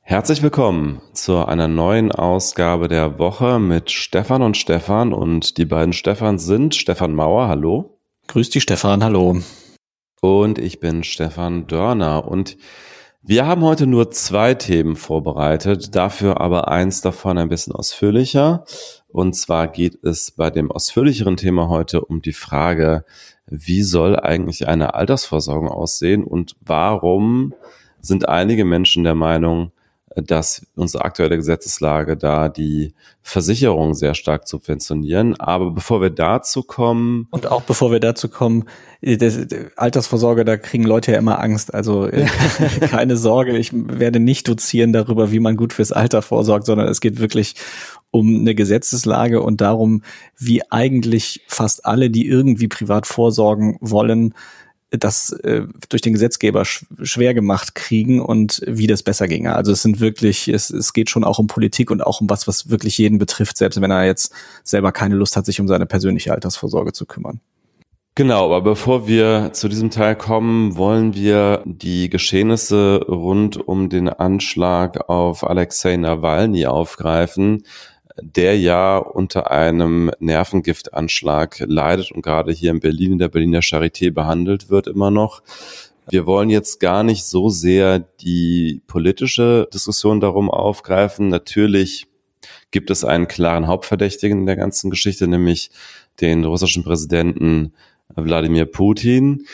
Herzlich willkommen zu einer neuen Ausgabe der Woche mit Stefan und die beiden Stefans sind Stefan Mauer, hallo. Grüß dich Stefan, hallo. Und ich bin Stefan Dörner und wir haben heute nur 2 Themen vorbereitet, dafür aber eins davon ein bisschen ausführlicher. Und zwar geht es bei dem ausführlicheren Thema heute um die Frage, wie soll eigentlich eine Altersvorsorge aussehen und warum sind einige Menschen der Meinung, dass unsere aktuelle Gesetzeslage da die Versicherung sehr stark subventionieren. Aber bevor wir dazu kommen... Und auch bevor wir dazu kommen, Altersvorsorge, da kriegen Leute ja immer Angst. Also keine Sorge, ich werde nicht dozieren darüber, wie man gut fürs Alter vorsorgt, sondern es geht wirklich um eine Gesetzeslage und darum, wie eigentlich fast alle, die irgendwie privat vorsorgen wollen, das durch den Gesetzgeber schwer gemacht kriegen und wie das besser ginge. Also es sind wirklich, es geht schon auch um Politik und auch um was wirklich jeden betrifft, selbst wenn er jetzt selber keine Lust hat, sich um seine persönliche Altersvorsorge zu kümmern. Genau, aber bevor wir zu diesem Teil kommen, wollen wir die Geschehnisse rund um den Anschlag auf Alexei Nawalny aufgreifen, der ja unter einem Nervengiftanschlag leidet und gerade hier in Berlin, in der Berliner Charité behandelt wird immer noch. Wir wollen jetzt gar nicht so sehr die politische Diskussion darum aufgreifen. Natürlich gibt es einen klaren Hauptverdächtigen in der ganzen Geschichte, nämlich den russischen Präsidenten Wladimir Putin.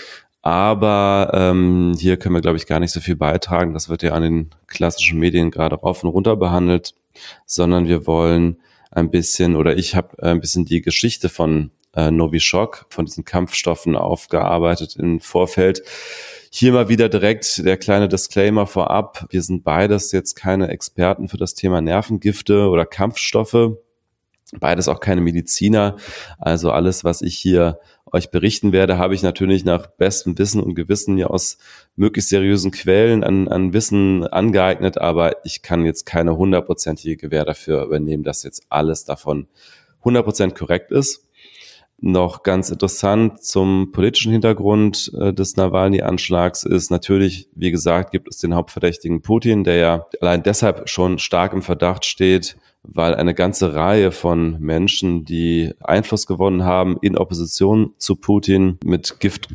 Aber hier können wir, glaube ich, gar nicht so viel beitragen. Das wird ja an den klassischen Medien gerade rauf und runter behandelt, sondern wir wollen ein bisschen, oder ich habe ein bisschen die Geschichte von Novichok, von diesen Kampfstoffen aufgearbeitet im Vorfeld. Hier mal wieder direkt der kleine Disclaimer vorab. Wir sind beides jetzt keine Experten für das Thema Nervengifte oder Kampfstoffe. Beides auch keine Mediziner. Also alles, was ich hier euch berichten werde, habe ich natürlich nach bestem Wissen und Gewissen mir aus möglichst seriösen Quellen an Wissen angeeignet, aber ich kann jetzt keine 100%ige Gewähr dafür übernehmen, dass jetzt alles davon 100% korrekt ist. Noch ganz interessant zum politischen Hintergrund des Nawalny-Anschlags ist natürlich, wie gesagt, gibt es den Hauptverdächtigen Putin, der ja allein deshalb schon stark im Verdacht steht, weil eine ganze Reihe von Menschen, die Einfluss gewonnen haben in Opposition zu Putin, mit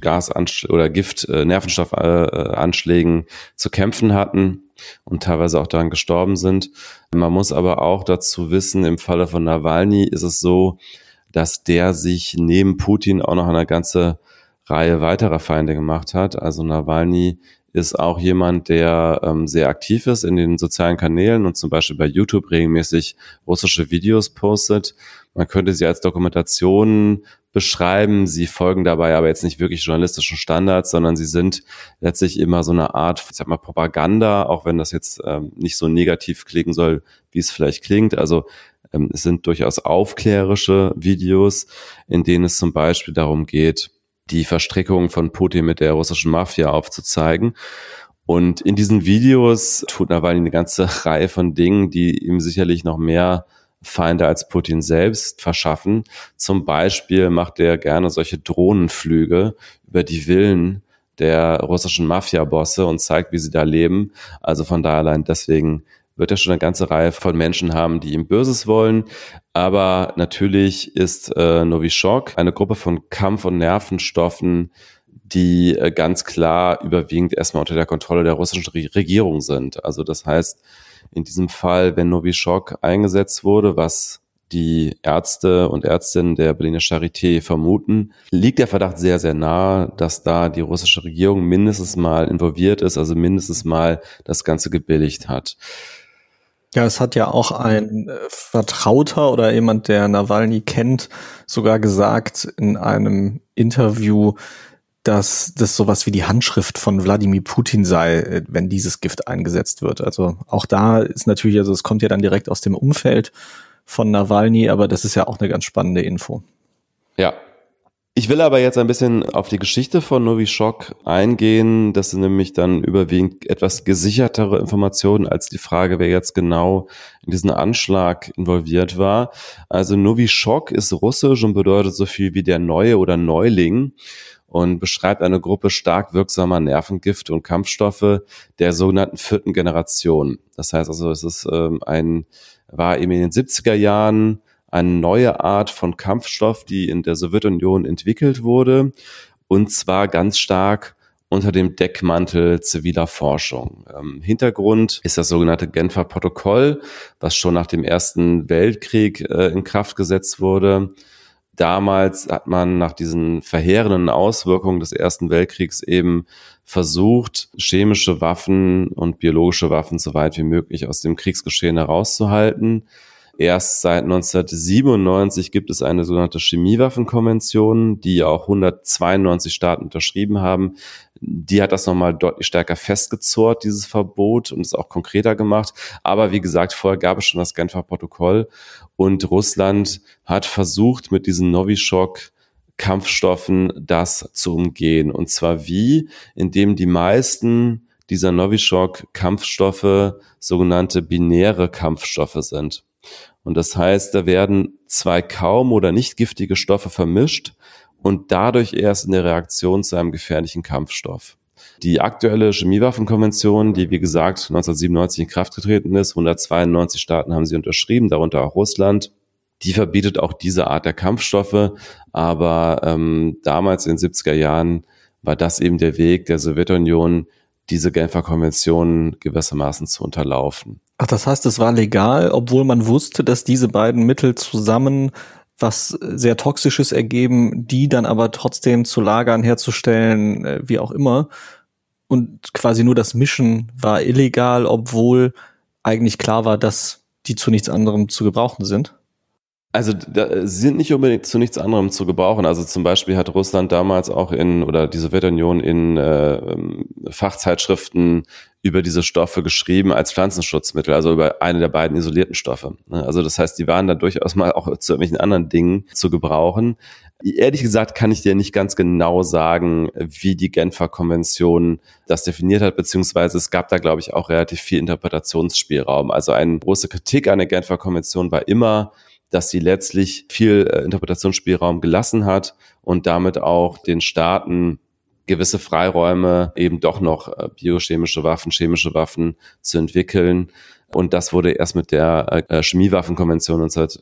Nervenstoffanschlägen zu kämpfen hatten und teilweise auch daran gestorben sind. Man muss aber auch dazu wissen, im Falle von Nawalny ist es so, dass der sich neben Putin auch noch eine ganze Reihe weiterer Feinde gemacht hat. Also Nawalny ist auch jemand, der sehr aktiv ist in den sozialen Kanälen und zum Beispiel bei YouTube regelmäßig russische Videos postet. Man könnte sie als Dokumentation beschreiben. Sie folgen dabei aber jetzt nicht wirklich journalistischen Standards, sondern sie sind letztlich immer so eine Art, ich sag mal, Propaganda, auch wenn das jetzt nicht so negativ klingen soll, wie es vielleicht klingt. Also es sind durchaus aufklärerische Videos, in denen es zum Beispiel darum geht, die Verstrickung von Putin mit der russischen Mafia aufzuzeigen. Und in diesen Videos tut Nawalny eine ganze Reihe von Dingen, die ihm sicherlich noch mehr Feinde als Putin selbst verschaffen. Zum Beispiel macht er gerne solche Drohnenflüge über die Villen der russischen Mafia-Bosse und zeigt, wie sie da leben. Also von daher allein deswegen wird er schon eine ganze Reihe von Menschen haben, die ihm Böses wollen. Aber natürlich ist Novichok eine Gruppe von Kampf- und Nervenstoffen, die ganz klar überwiegend erstmal unter der Kontrolle der russischen Regierung sind. Also das heißt, in diesem Fall, wenn Novichok eingesetzt wurde, was die Ärzte und Ärztinnen der Berliner Charité vermuten, liegt der Verdacht sehr, sehr nahe, dass da die russische Regierung mindestens mal involviert ist, also mindestens mal das Ganze gebilligt hat. Ja, es hat ja auch ein Vertrauter oder jemand, der Nawalny kennt, sogar gesagt in einem Interview, dass das sowas wie die Handschrift von Wladimir Putin sei, wenn dieses Gift eingesetzt wird. Also auch da ist natürlich, also es kommt ja dann direkt aus dem Umfeld von Nawalny, aber das ist ja auch eine ganz spannende Info. Ja. Ich will aber jetzt ein bisschen auf die Geschichte von Novichok eingehen. Das sind nämlich dann überwiegend etwas gesichertere Informationen als die Frage, wer jetzt genau in diesen Anschlag involviert war. Also Novichok ist russisch und bedeutet so viel wie der Neue oder Neuling. und beschreibt eine Gruppe stark wirksamer Nervengifte und Kampfstoffe der sogenannten 4. Generation. Das heißt also, es ist war eben in den 70er Jahren eine neue Art von Kampfstoff, die in der Sowjetunion entwickelt wurde, und zwar ganz stark unter dem Deckmantel ziviler Forschung. Hintergrund ist das sogenannte Genfer Protokoll, was schon nach dem Ersten Weltkrieg in Kraft gesetzt wurde. Damals hat man nach diesen verheerenden Auswirkungen des Ersten Weltkriegs eben versucht, chemische Waffen und biologische Waffen so weit wie möglich aus dem Kriegsgeschehen herauszuhalten. Erst seit 1997 gibt es eine sogenannte Chemiewaffenkonvention, die auch 192 Staaten unterschrieben haben. Die hat das nochmal deutlich stärker festgezurrt, dieses Verbot, und es auch konkreter gemacht. Aber wie gesagt, vorher gab es schon das Genfer Protokoll, und Russland hat versucht, mit diesen Novichok-Kampfstoffen das zu umgehen. Und zwar wie? Indem die meisten dieser Novichok-Kampfstoffe sogenannte binäre Kampfstoffe sind. Und das heißt, da werden zwei kaum oder nicht giftige Stoffe vermischt und dadurch erst in der Reaktion zu einem gefährlichen Kampfstoff. Die aktuelle Chemiewaffenkonvention, die wie gesagt 1997 in Kraft getreten ist, 192 Staaten haben sie unterschrieben, darunter auch Russland, die verbietet auch diese Art der Kampfstoffe, aber damals in den 70er Jahren war das eben der Weg der Sowjetunion, diese Genfer Konvention gewissermaßen zu unterlaufen. Ach, das heißt, es war legal, obwohl man wusste, dass diese beiden Mittel zusammen was sehr Toxisches ergeben, die dann aber trotzdem zu Lagern herzustellen, wie auch immer. Und quasi nur das Mischen war illegal, obwohl eigentlich klar war, dass die zu nichts anderem zu gebrauchen sind. Also sie sind nicht unbedingt zu nichts anderem zu gebrauchen. Also zum Beispiel hat Russland damals auch oder die Sowjetunion in Fachzeitschriften über diese Stoffe geschrieben als Pflanzenschutzmittel, also über eine der beiden isolierten Stoffe. Also das heißt, die waren da durchaus mal auch zu irgendwelchen anderen Dingen zu gebrauchen. Ehrlich gesagt kann ich dir nicht ganz genau sagen, wie die Genfer Konvention das definiert hat, beziehungsweise es gab da, glaube ich, auch relativ viel Interpretationsspielraum. Also eine große Kritik an der Genfer Konvention war immer, dass sie letztlich viel Interpretationsspielraum gelassen hat und damit auch den Staaten gewisse Freiräume, eben doch noch biochemische Waffen, chemische Waffen zu entwickeln. Und das wurde erst mit der Chemiewaffenkonvention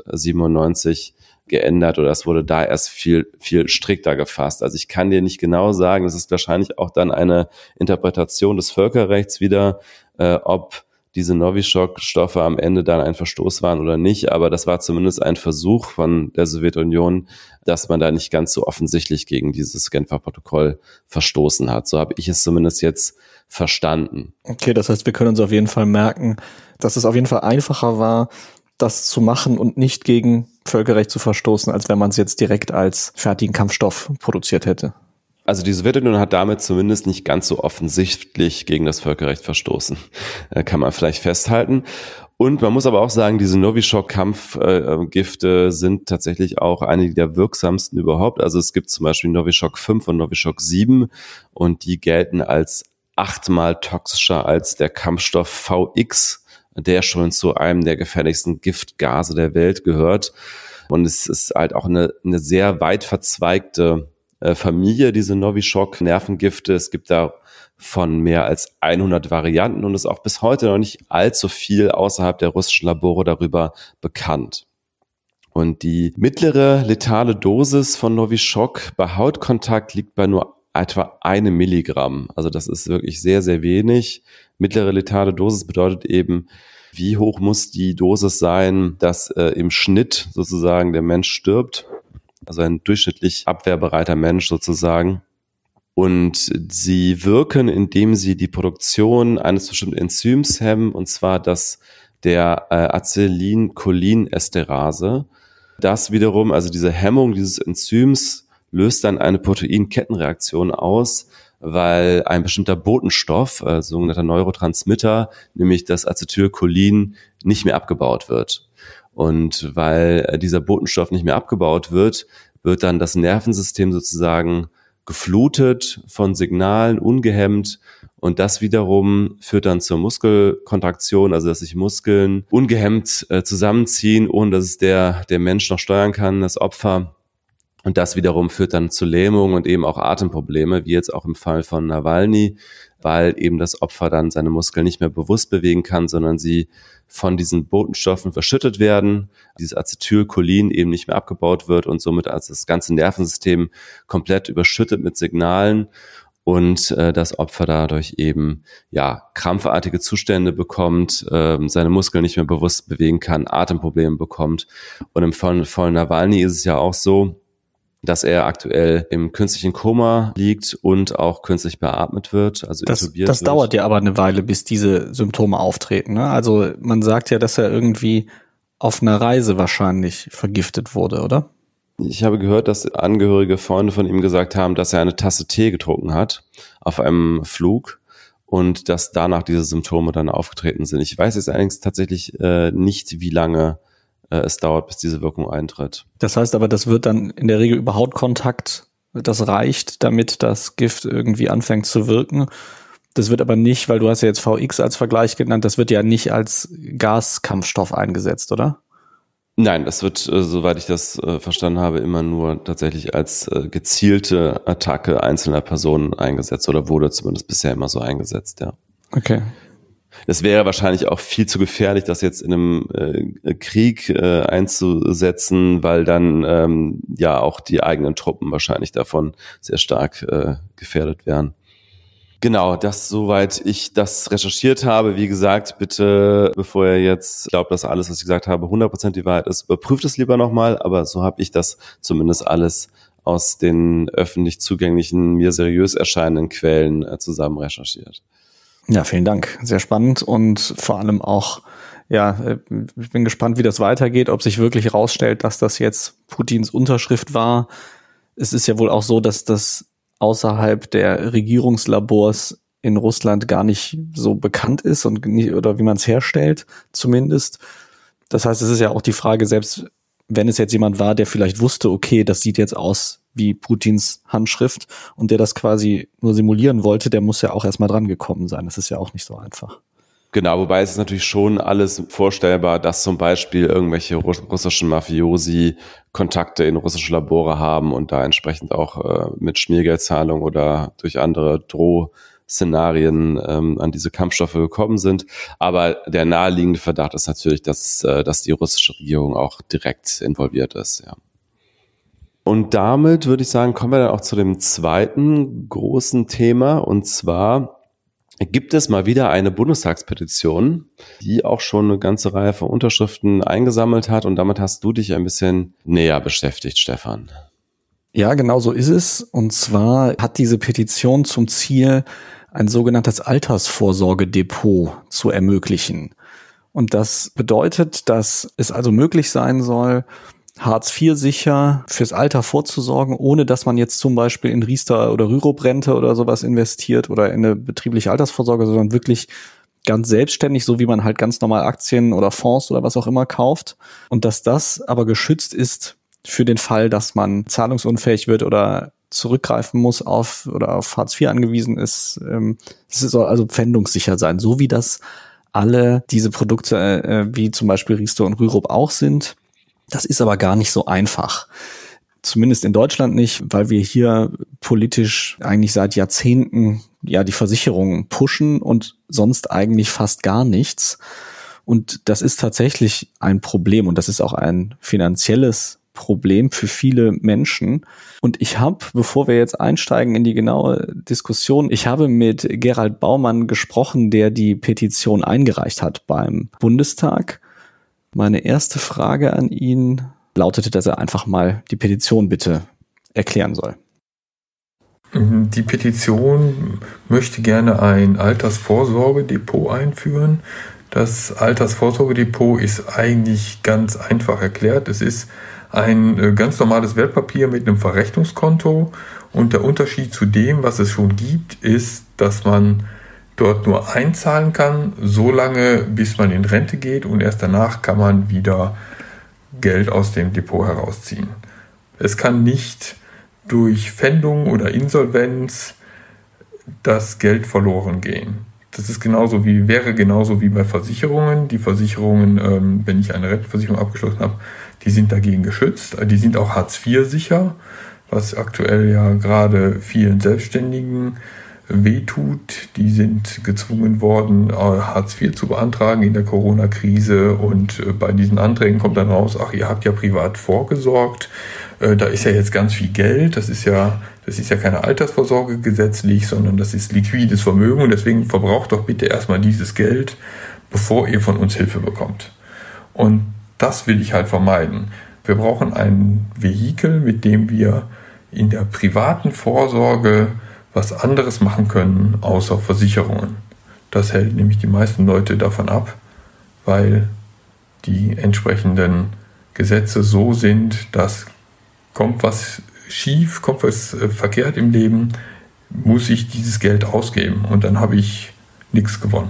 1997 geändert, oder es wurde da erst viel, viel strikter gefasst. Also ich kann dir nicht genau sagen, das ist wahrscheinlich auch dann eine Interpretation des Völkerrechts wieder, ob diese Novichok-Stoffe am Ende dann ein Verstoß waren oder nicht, aber das war zumindest ein Versuch von der Sowjetunion, dass man da nicht ganz so offensichtlich gegen dieses Genfer Protokoll verstoßen hat. So habe ich es zumindest jetzt verstanden. Okay, das heißt, wir können uns auf jeden Fall merken, dass es auf jeden Fall einfacher war, das zu machen und nicht gegen Völkerrecht zu verstoßen, als wenn man es jetzt direkt als fertigen Kampfstoff produziert hätte. Also die Sowjetunion hat damit zumindest nicht ganz so offensichtlich gegen das Völkerrecht verstoßen, kann man vielleicht festhalten. Und man muss aber auch sagen, diese Novichok-Kampfgifte sind tatsächlich auch einige der wirksamsten überhaupt. Also es gibt zum Beispiel Novichok 5 und Novichok 7 und die gelten als 8-mal toxischer als der Kampfstoff VX, der schon zu einem der gefährlichsten Giftgase der Welt gehört. Und es ist halt auch eine sehr weit verzweigte Familie, diese Novichok-Nervengifte. Es gibt da von mehr als 100 Varianten und es ist auch bis heute noch nicht allzu viel außerhalb der russischen Labore darüber bekannt. Und die mittlere letale Dosis von Novichok bei Hautkontakt liegt bei nur etwa 1 Milligramm. Also das ist wirklich sehr, sehr wenig. Mittlere letale Dosis bedeutet eben, wie hoch muss die Dosis sein, dass im Schnitt sozusagen der Mensch stirbt. Also ein durchschnittlich abwehrbereiter Mensch sozusagen. Und sie wirken, indem sie die Produktion eines bestimmten Enzyms hemmen, und zwar das der Acetylcholin-Esterase. Das wiederum, also diese Hemmung dieses Enzyms, löst dann eine Proteinkettenreaktion aus, weil ein bestimmter Botenstoff, sogenannter Neurotransmitter, nämlich das Acetylcholin, nicht mehr abgebaut wird. Und weil dieser Botenstoff nicht mehr abgebaut wird, wird dann das Nervensystem sozusagen geflutet von Signalen, ungehemmt. Und das wiederum führt dann zur Muskelkontraktion, also dass sich Muskeln ungehemmt zusammenziehen, ohne dass es der Mensch noch steuern kann, das Opfer. Und das wiederum führt dann zu Lähmung und eben auch Atemprobleme, wie jetzt auch im Fall von Nawalny, weil eben das Opfer dann seine Muskeln nicht mehr bewusst bewegen kann, sondern sie von diesen Botenstoffen verschüttet werden, dieses Acetylcholin eben nicht mehr abgebaut wird und somit als das ganze Nervensystem komplett überschüttet mit Signalen und das Opfer dadurch eben krampfartige Zustände bekommt, seine Muskeln nicht mehr bewusst bewegen kann, Atemprobleme bekommt. Und im Fall von Nawalny ist es ja auch so, dass er aktuell im künstlichen Koma liegt und auch künstlich beatmet wird, also intubiert Das wird. dauert ja aber eine Weile, bis diese Symptome auftreten, ne? Also man sagt ja, dass er irgendwie auf einer Reise wahrscheinlich vergiftet wurde, oder? Ich habe gehört, dass Angehörige, Freunde von ihm gesagt haben, dass er eine Tasse Tee getrunken hat auf einem Flug und dass danach diese Symptome dann aufgetreten sind. Ich weiß jetzt allerdings tatsächlich nicht, wie lange es dauert, bis diese Wirkung eintritt. Das heißt aber, das wird dann in der Regel über Hautkontakt, das reicht, damit das Gift irgendwie anfängt zu wirken. Das wird aber nicht, weil du hast ja jetzt VX als Vergleich genannt, das wird ja nicht als Gaskampfstoff eingesetzt, oder? Nein, das wird, soweit ich das verstanden habe, immer nur tatsächlich als gezielte Attacke einzelner Personen eingesetzt oder wurde zumindest bisher immer so eingesetzt, ja. Okay. Es wäre wahrscheinlich auch viel zu gefährlich, das jetzt in einem Krieg einzusetzen, weil dann auch die eigenen Truppen wahrscheinlich davon sehr stark gefährdet wären. Genau, das soweit ich das recherchiert habe. Wie gesagt, bitte, bevor ihr jetzt glaubt, dass alles, was ich gesagt habe, 100% die Wahrheit ist, überprüft es lieber nochmal. Aber so habe ich das zumindest alles aus den öffentlich zugänglichen, mir seriös erscheinenden Quellen zusammen recherchiert. Ja, vielen Dank. Sehr spannend und vor allem auch, ich bin gespannt, wie das weitergeht, ob sich wirklich herausstellt, dass das jetzt Putins Unterschrift war. Es ist ja wohl auch so, dass das außerhalb der Regierungslabors in Russland gar nicht so bekannt ist und nicht, oder wie man es herstellt, zumindest. Das heißt, es ist ja auch die Frage, selbst wenn es jetzt jemand war, der vielleicht wusste, okay, das sieht jetzt aus wie Putins Handschrift und der das quasi nur simulieren wollte, der muss ja auch erstmal dran gekommen sein. Das ist ja auch nicht so einfach. Genau, wobei es ist natürlich schon alles vorstellbar, dass zum Beispiel irgendwelche russischen Mafiosi Kontakte in russische Labore haben und da entsprechend auch mit Schmiergeldzahlung oder durch andere Drohszenarien an diese Kampfstoffe gekommen sind. Aber der naheliegende Verdacht ist natürlich, dass die russische Regierung auch direkt involviert ist, ja. Und damit würde ich sagen, kommen wir dann auch zu dem zweiten großen Thema. Und zwar gibt es mal wieder eine Bundestagspetition, die auch schon eine ganze Reihe von Unterschriften eingesammelt hat. Und damit hast du dich ein bisschen näher beschäftigt, Stefan. Ja, genau so ist es. Und zwar hat diese Petition zum Ziel, ein sogenanntes Altersvorsorgedepot zu ermöglichen. Und das bedeutet, dass es also möglich sein soll, Hartz IV sicher fürs Alter vorzusorgen, ohne dass man jetzt zum Beispiel in Riester oder Rürup-Rente oder sowas investiert oder in eine betriebliche Altersvorsorge, sondern wirklich ganz selbstständig, so wie man halt ganz normal Aktien oder Fonds oder was auch immer kauft. Und dass das aber geschützt ist für den Fall, dass man zahlungsunfähig wird oder zurückgreifen muss auf Hartz IV angewiesen ist. Es soll also pfändungssicher sein, so wie das alle diese Produkte wie zum Beispiel Riester und Rürup auch sind. Das ist aber gar nicht so einfach. Zumindest in Deutschland nicht, weil wir hier politisch eigentlich seit Jahrzehnten die Versicherungen pushen und sonst eigentlich fast gar nichts. Und das ist tatsächlich ein Problem und das ist auch ein finanzielles Problem für viele Menschen. Und ich habe, bevor wir jetzt einsteigen in die genaue Diskussion, ich habe mit Gerald Baumann gesprochen, der die Petition eingereicht hat beim Bundestag. Meine erste Frage an ihn lautete, dass er einfach mal die Petition bitte erklären soll. Die Petition möchte gerne ein Altersvorsorgedepot einführen. Das Altersvorsorgedepot ist eigentlich ganz einfach erklärt. Es ist ein ganz normales Wertpapier mit einem Verrechnungskonto und der Unterschied zu dem, was es schon gibt, ist, dass man dort nur einzahlen kann, so lange, bis man in Rente geht und erst danach kann man wieder Geld aus dem Depot herausziehen. Es kann nicht durch Pfändung oder Insolvenz das Geld verloren gehen. das ist wäre genauso wie bei Versicherungen. Die Versicherungen, wenn ich eine Rentenversicherung abgeschlossen habe, die sind dagegen geschützt. Die sind auch Hartz IV sicher, was aktuell ja gerade vielen Selbstständigen wehtut. Die sind gezwungen worden, Hartz IV zu beantragen in der Corona-Krise, und bei diesen Anträgen kommt dann raus, ach, ihr habt ja privat vorgesorgt, da ist ja jetzt ganz viel Geld, das ist ja keine Altersvorsorge gesetzlich, sondern das ist liquides Vermögen, und deswegen verbraucht doch bitte erstmal dieses Geld, bevor ihr von uns Hilfe bekommt. Und das will ich halt vermeiden. Wir brauchen ein Vehikel, mit dem wir in der privaten Vorsorge was anderes machen können, außer Versicherungen. Das hält nämlich die meisten Leute davon ab, weil die entsprechenden Gesetze so sind, dass kommt was schief, kommt was verkehrt im Leben, muss ich dieses Geld ausgeben, und dann habe ich nichts gewonnen.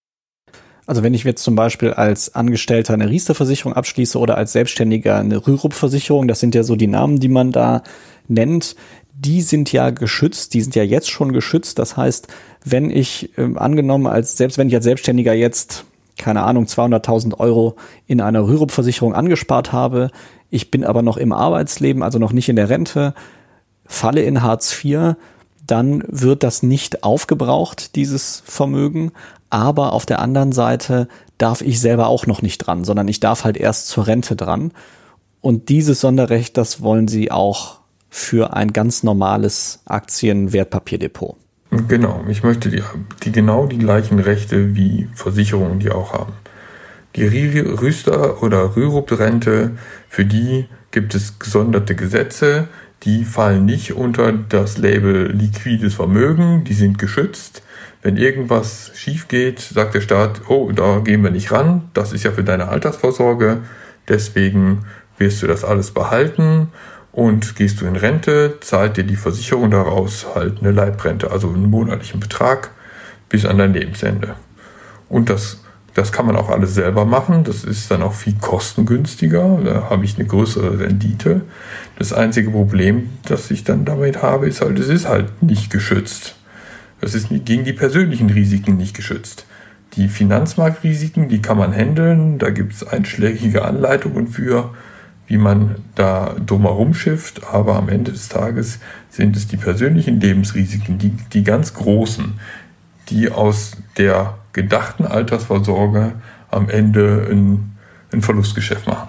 Also wenn ich jetzt zum Beispiel als Angestellter eine Riester-Versicherung abschließe oder als Selbstständiger eine Rürup-Versicherung, das sind ja so die Namen, die man da nennt, die sind ja geschützt, die sind ja jetzt schon geschützt. Das heißt, wenn ich selbst wenn ich als Selbstständiger jetzt, keine Ahnung, 200.000 Euro in einer Rürup-Versicherung angespart habe, ich bin aber noch im Arbeitsleben, also noch nicht in der Rente, falle in Hartz IV, dann wird das nicht aufgebraucht, dieses Vermögen. Aber auf der anderen Seite darf ich selber auch noch nicht dran, sondern ich darf halt erst zur Rente dran. Und dieses Sonderrecht, das wollen Sie auch für ein ganz normales Aktien-Wertpapierdepot. Genau, ich möchte die genau die gleichen Rechte wie Versicherungen die auch haben. Die Riester- oder Rürup-Rente, für die gibt es gesonderte Gesetze, die fallen nicht unter das Label liquides Vermögen, die sind geschützt. Wenn irgendwas schief geht, sagt der Staat, oh, da gehen wir nicht ran, das ist ja für deine Altersvorsorge, deswegen wirst du das alles behalten, und gehst du in Rente, zahlt dir die Versicherung daraus halt eine Leibrente, also einen monatlichen Betrag bis an dein Lebensende. Und das kann man auch alles selber machen, das ist dann auch viel kostengünstiger, da habe ich eine größere Rendite. Das einzige Problem, das ich dann damit habe, ist halt, es ist halt nicht geschützt. Es ist gegen die persönlichen Risiken nicht geschützt. Die Finanzmarktrisiken, die kann man handeln, da gibt es einschlägige Anleitungen für, wie man da drumherum schifft, aber am Ende des Tages sind es die persönlichen Lebensrisiken, die ganz großen, die aus der gedachten Altersvorsorge am Ende ein Verlustgeschäft machen.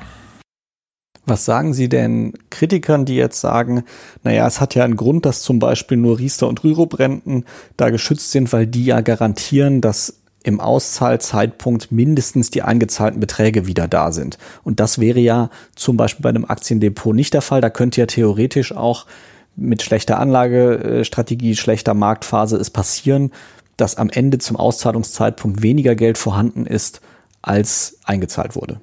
Was sagen Sie denn Kritikern, die jetzt sagen, naja, es hat ja einen Grund, dass zum Beispiel nur Riester- und Rürup-Renten da geschützt sind, weil die ja garantieren, dass im Auszahlzeitpunkt mindestens die eingezahlten Beträge wieder da sind. Und das wäre ja zum Beispiel bei einem Aktiendepot nicht der Fall. Da könnte ja theoretisch auch mit schlechter Anlagestrategie, schlechter Marktphase es passieren, dass am Ende zum Auszahlungszeitpunkt weniger Geld vorhanden ist, als eingezahlt wurde.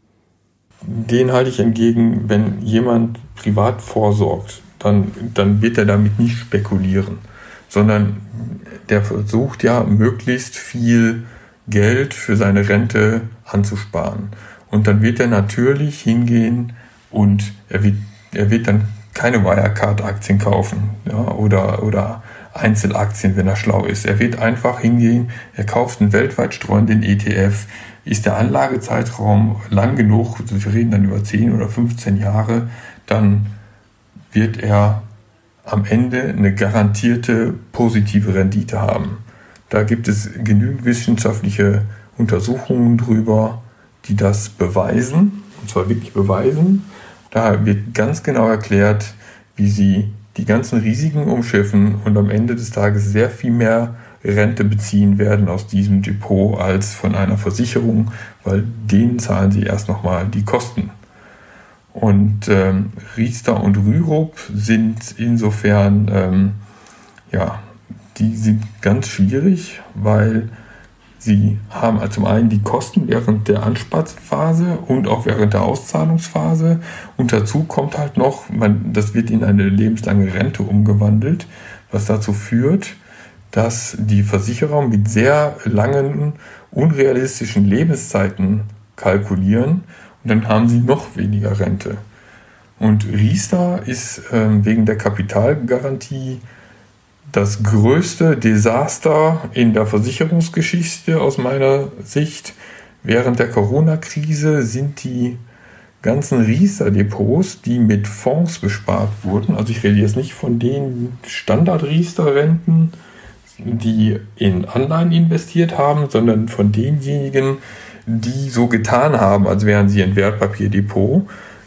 Den halte ich entgegen, wenn jemand privat vorsorgt, dann wird er damit nicht spekulieren, sondern der versucht ja, möglichst viel Geld für seine Rente anzusparen. Und dann wird er natürlich hingehen und er wird dann keine Wirecard-Aktien kaufen, ja, oder Einzelaktien, wenn er schlau ist. Er wird einfach hingehen, er kauft einen weltweit streuenden ETF. Ist der Anlagezeitraum lang genug, wir reden dann über 10 oder 15 Jahre, dann wird er am Ende eine garantierte positive Rendite haben. Da gibt es genügend wissenschaftliche Untersuchungen drüber, die das beweisen, und zwar wirklich beweisen. Da wird ganz genau erklärt, wie sie die ganzen Risiken umschiffen und am Ende des Tages sehr viel mehr Rente beziehen werden aus diesem Depot als von einer Versicherung, weil denen zahlen sie erst nochmal die Kosten. Und Riester und Rürup sind insofern, die sind ganz schwierig, weil sie haben zum einen die Kosten während der Ansparphase und auch während der Auszahlungsphase. Und dazu kommt halt noch, das wird in eine lebenslange Rente umgewandelt, was dazu führt, dass die Versicherer mit sehr langen, unrealistischen Lebenszeiten kalkulieren und dann haben sie noch weniger Rente. Und Riester ist wegen der Kapitalgarantie das größte Desaster in der Versicherungsgeschichte aus meiner Sicht während der Corona-Krise sind die ganzen Riester-Depots, die mit Fonds bespart wurden. Also ich rede jetzt nicht von den Standard-Riester-Renten, die in Anleihen investiert haben, sondern von denjenigen, die so getan haben, als wären sie ein Wertpapierdepot.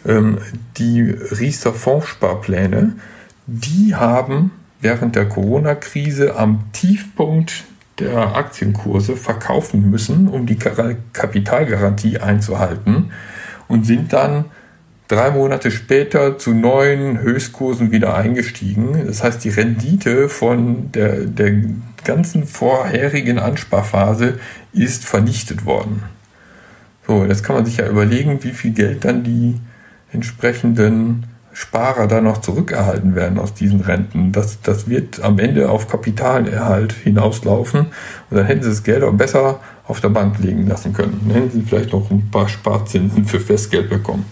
Die Riester-Fondssparpläne, die haben während der Corona-Krise am Tiefpunkt der Aktienkurse verkaufen müssen, um die Kapitalgarantie einzuhalten und sind dann 3 Monate später zu neuen Höchstkursen wieder eingestiegen. Das heißt, die Rendite von der ganzen vorherigen Ansparphase ist vernichtet worden. So, jetzt kann man sich ja überlegen, wie viel Geld dann die entsprechenden Sparer da noch zurückerhalten werden aus diesen Renten. Das wird am Ende auf Kapitalerhalt hinauslaufen und dann hätten sie das Geld auch besser auf der Bank liegen lassen können. Dann hätten sie vielleicht noch ein paar Sparzinsen für Festgeld bekommen.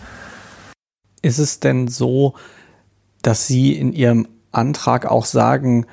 Ist es denn so, dass Sie in Ihrem Antrag auch sagen,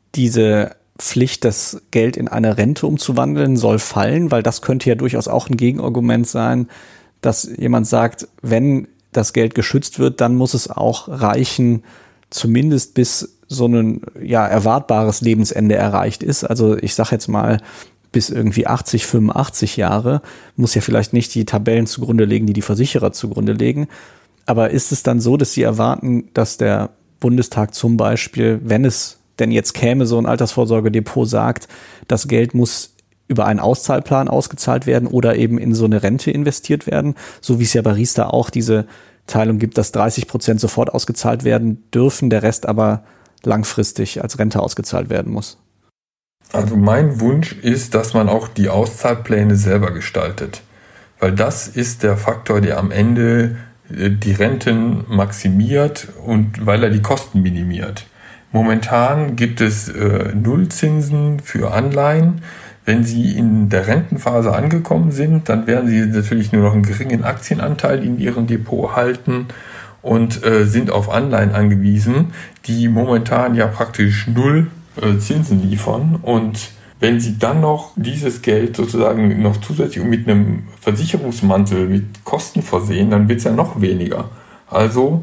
diese Pflicht, das Geld in eine Rente umzuwandeln, soll fallen? Weil das könnte ja durchaus auch ein Gegenargument sein, dass jemand sagt, wenn das Geld geschützt wird, dann muss es auch reichen, zumindest bis so ein erwartbares Lebensende erreicht ist. Also ich sage jetzt mal, bis irgendwie 80, 85 Jahre, muss ja vielleicht nicht die Tabellen zugrunde legen, die Versicherer zugrunde legen. Aber ist es dann so, dass Sie erwarten, dass der Bundestag zum Beispiel, wenn es denn jetzt käme, so ein Altersvorsorgedepot sagt, das Geld muss über einen Auszahlplan ausgezahlt werden oder eben in so eine Rente investiert werden, so wie es ja bei Riester auch diese Teilung gibt, dass 30% sofort ausgezahlt werden dürfen, der Rest aber langfristig als Rente ausgezahlt werden muss? Also mein Wunsch ist, dass man auch die Auszahlpläne selber gestaltet, weil das ist der Faktor, der am Ende die Renten maximiert und weil er die Kosten minimiert. Momentan gibt es Nullzinsen für Anleihen. Wenn Sie in der Rentenphase angekommen sind, dann werden Sie natürlich nur noch einen geringen Aktienanteil in Ihrem Depot halten und sind auf Anleihen angewiesen, die momentan ja praktisch null Zinsen liefern. Und wenn Sie dann noch dieses Geld sozusagen noch zusätzlich mit einem Versicherungsmantel mit Kosten versehen, dann wird es ja noch weniger. Also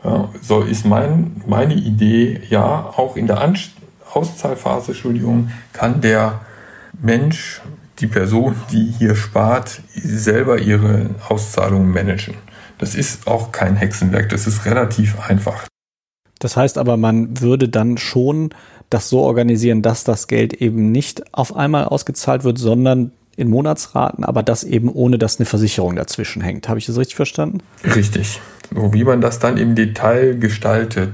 so ist meine Idee, ja, auch in der Auszahlphase, kann der Mensch, die Person, die hier spart, selber ihre Auszahlungen managen. Das ist auch kein Hexenwerk, das ist relativ einfach. Das heißt aber, man würde dann schon das so organisieren, dass das Geld eben nicht auf einmal ausgezahlt wird, sondern in Monatsraten, aber das eben ohne, dass eine Versicherung dazwischen hängt. Habe ich das richtig verstanden? Richtig. So wie man das dann im Detail gestaltet,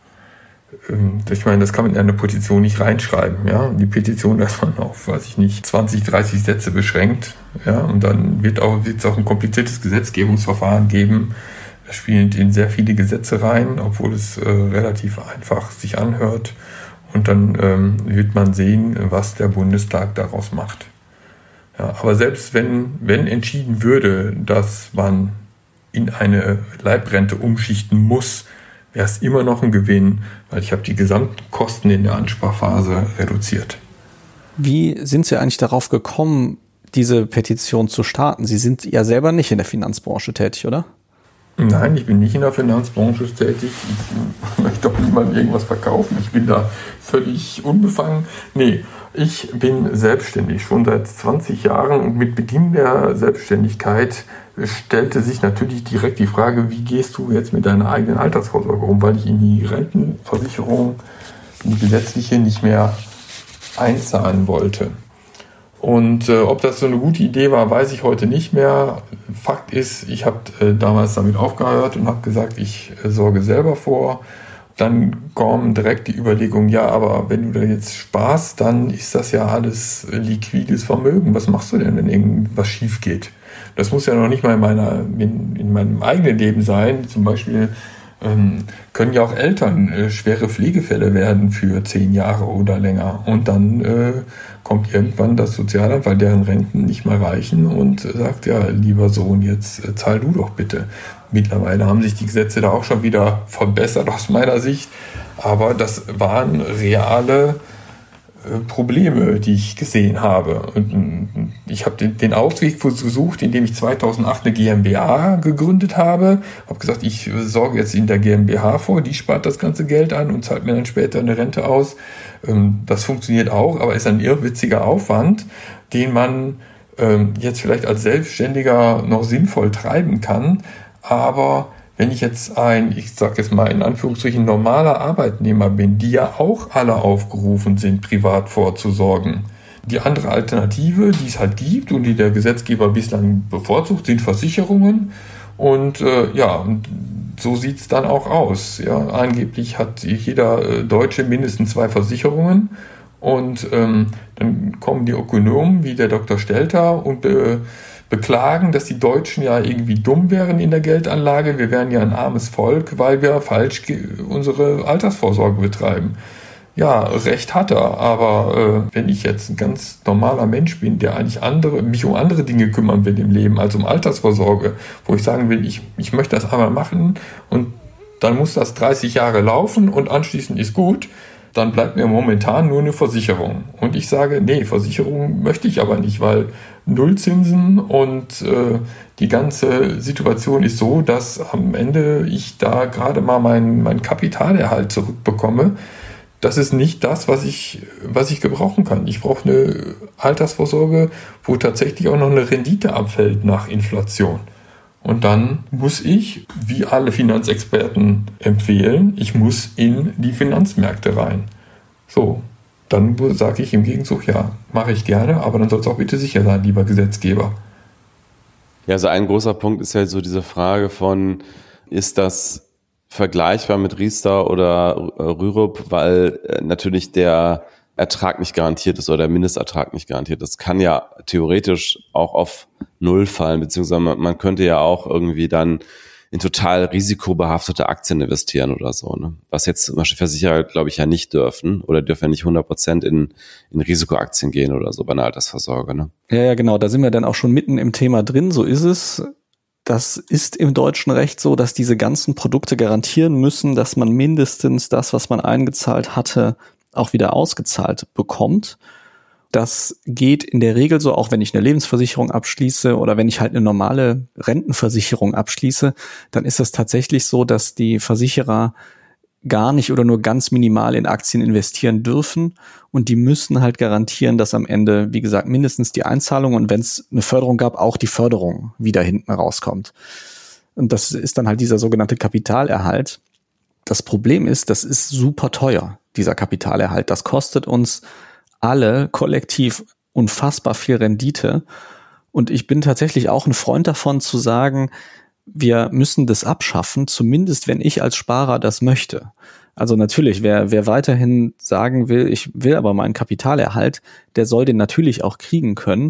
ich meine, das kann man in eine Petition nicht reinschreiben. Ja? Die Petition ist man auf, 20, 30 Sätze beschränkt. Ja? Und dann wird es auch ein kompliziertes Gesetzgebungsverfahren geben. Da spielen in sehr viele Gesetze rein, obwohl es relativ einfach sich anhört. Und dann wird man sehen, was der Bundestag daraus macht. Ja, aber selbst wenn entschieden würde, dass man in eine Leibrente umschichten muss, wäre es immer noch ein Gewinn, weil ich habe die gesamten Kosten in der Ansparphase reduziert. Wie sind Sie eigentlich darauf gekommen, diese Petition zu starten? Sie sind ja selber nicht in der Finanzbranche tätig, oder? Nein, ich bin nicht in der Finanzbranche tätig. Ich möchte doch niemandem irgendwas verkaufen. Ich bin da völlig unbefangen. Nee, ich bin selbstständig, schon seit 20 Jahren. Und mit Beginn der Selbstständigkeit stellte sich natürlich direkt die Frage, wie gehst du jetzt mit deiner eigenen Altersvorsorge um? Weil ich in die Rentenversicherung, in die gesetzliche, nicht mehr einzahlen wollte. Und ob das so eine gute Idee war, weiß ich heute nicht mehr. Fakt ist, ich habe damals damit aufgehört und habe gesagt, ich sorge selber vor. Dann kommen direkt die Überlegungen, ja, aber wenn du da jetzt sparst, dann ist das ja alles liquides Vermögen. Was machst du denn, wenn irgendwas schief geht? Das muss ja noch nicht mal in meinem eigenen Leben sein. Zum Beispiel können ja auch Eltern schwere Pflegefälle werden für 10 Jahre oder länger. Und dann kommt irgendwann das Sozialamt, weil deren Renten nicht mehr reichen und sagt, ja, lieber Sohn, jetzt zahl du doch bitte. Mittlerweile haben sich die Gesetze da auch schon wieder verbessert aus meiner Sicht, aber das waren reale Probleme, die ich gesehen habe. Und ich habe den Ausweg gesucht, indem ich 2008 eine GmbH gegründet habe. Habe gesagt, ich sorge jetzt in der GmbH vor, die spart das ganze Geld an und zahlt mir dann später eine Rente aus. Das funktioniert auch, aber ist ein irrwitziger Aufwand, den man jetzt vielleicht als Selbstständiger noch sinnvoll treiben kann. Aber wenn ich jetzt ich sage jetzt mal in Anführungsstrichen, normaler Arbeitnehmer bin, die ja auch alle aufgerufen sind, privat vorzusorgen. Die andere Alternative, die es halt gibt und die der Gesetzgeber bislang bevorzugt, sind Versicherungen. Und so sieht es dann auch aus. Ja, angeblich hat jeder Deutsche mindestens 2 Versicherungen. Und dann kommen die Ökonomen wie der Dr. Stelter und beklagen, dass die Deutschen ja irgendwie dumm wären in der Geldanlage. Wir wären ja ein armes Volk, weil wir falsch unsere Altersvorsorge betreiben. Ja, recht hat er, aber wenn ich jetzt ein ganz normaler Mensch bin, der eigentlich mich um andere Dinge kümmern will im Leben, als um Altersvorsorge, wo ich sagen will, ich möchte das einmal machen und dann muss das 30 Jahre laufen und anschließend ist gut, dann bleibt mir momentan nur eine Versicherung. Und ich sage, nee, Versicherung möchte ich aber nicht, weil Nullzinsen und die ganze Situation ist so, dass am Ende ich da gerade mal meinen Kapitalerhalt zurückbekomme. Das ist nicht das, was ich gebrauchen kann. Ich brauche eine Altersvorsorge, wo tatsächlich auch noch eine Rendite abfällt nach Inflation. Und dann muss ich, wie alle Finanzexperten empfehlen, ich muss in die Finanzmärkte rein. So, dann sage ich im Gegenzug, ja, mache ich gerne, aber dann soll es auch bitte sicher sein, lieber Gesetzgeber. Ja, also ein großer Punkt ist ja so diese Frage von, ist das vergleichbar mit Riester oder Rürup, weil natürlich der Ertrag nicht garantiert ist oder der Mindestertrag nicht garantiert ist. Das kann ja theoretisch auch auf Null fallen, beziehungsweise man könnte ja auch irgendwie dann in total risikobehaftete Aktien investieren oder so, ne? Was jetzt zum Beispiel Versicherer, glaube ich, ja nicht dürfen oder dürfen ja nicht 100% in Risikoaktien gehen oder so bei einer Altersvorsorge, ne? Ja, genau, da sind wir dann auch schon mitten im Thema drin, so ist es. Das ist im deutschen Recht so, dass diese ganzen Produkte garantieren müssen, dass man mindestens das, was man eingezahlt hatte, auch wieder ausgezahlt bekommt. Das geht in der Regel so, auch wenn ich eine Lebensversicherung abschließe oder wenn ich halt eine normale Rentenversicherung abschließe, dann ist es tatsächlich so, dass die Versicherer gar nicht oder nur ganz minimal in Aktien investieren dürfen und die müssen halt garantieren, dass am Ende, wie gesagt, mindestens die Einzahlung und wenn es eine Förderung gab, auch die Förderung wieder hinten rauskommt. Und das ist dann halt dieser sogenannte Kapitalerhalt. Das Problem ist, das ist super teuer, dieser Kapitalerhalt. Das kostet uns alle kollektiv unfassbar viel Rendite. Und ich bin tatsächlich auch ein Freund davon zu sagen, wir müssen das abschaffen, zumindest wenn ich als Sparer das möchte. Also natürlich, wer weiterhin sagen will, ich will aber meinen Kapitalerhalt, der soll den natürlich auch kriegen können.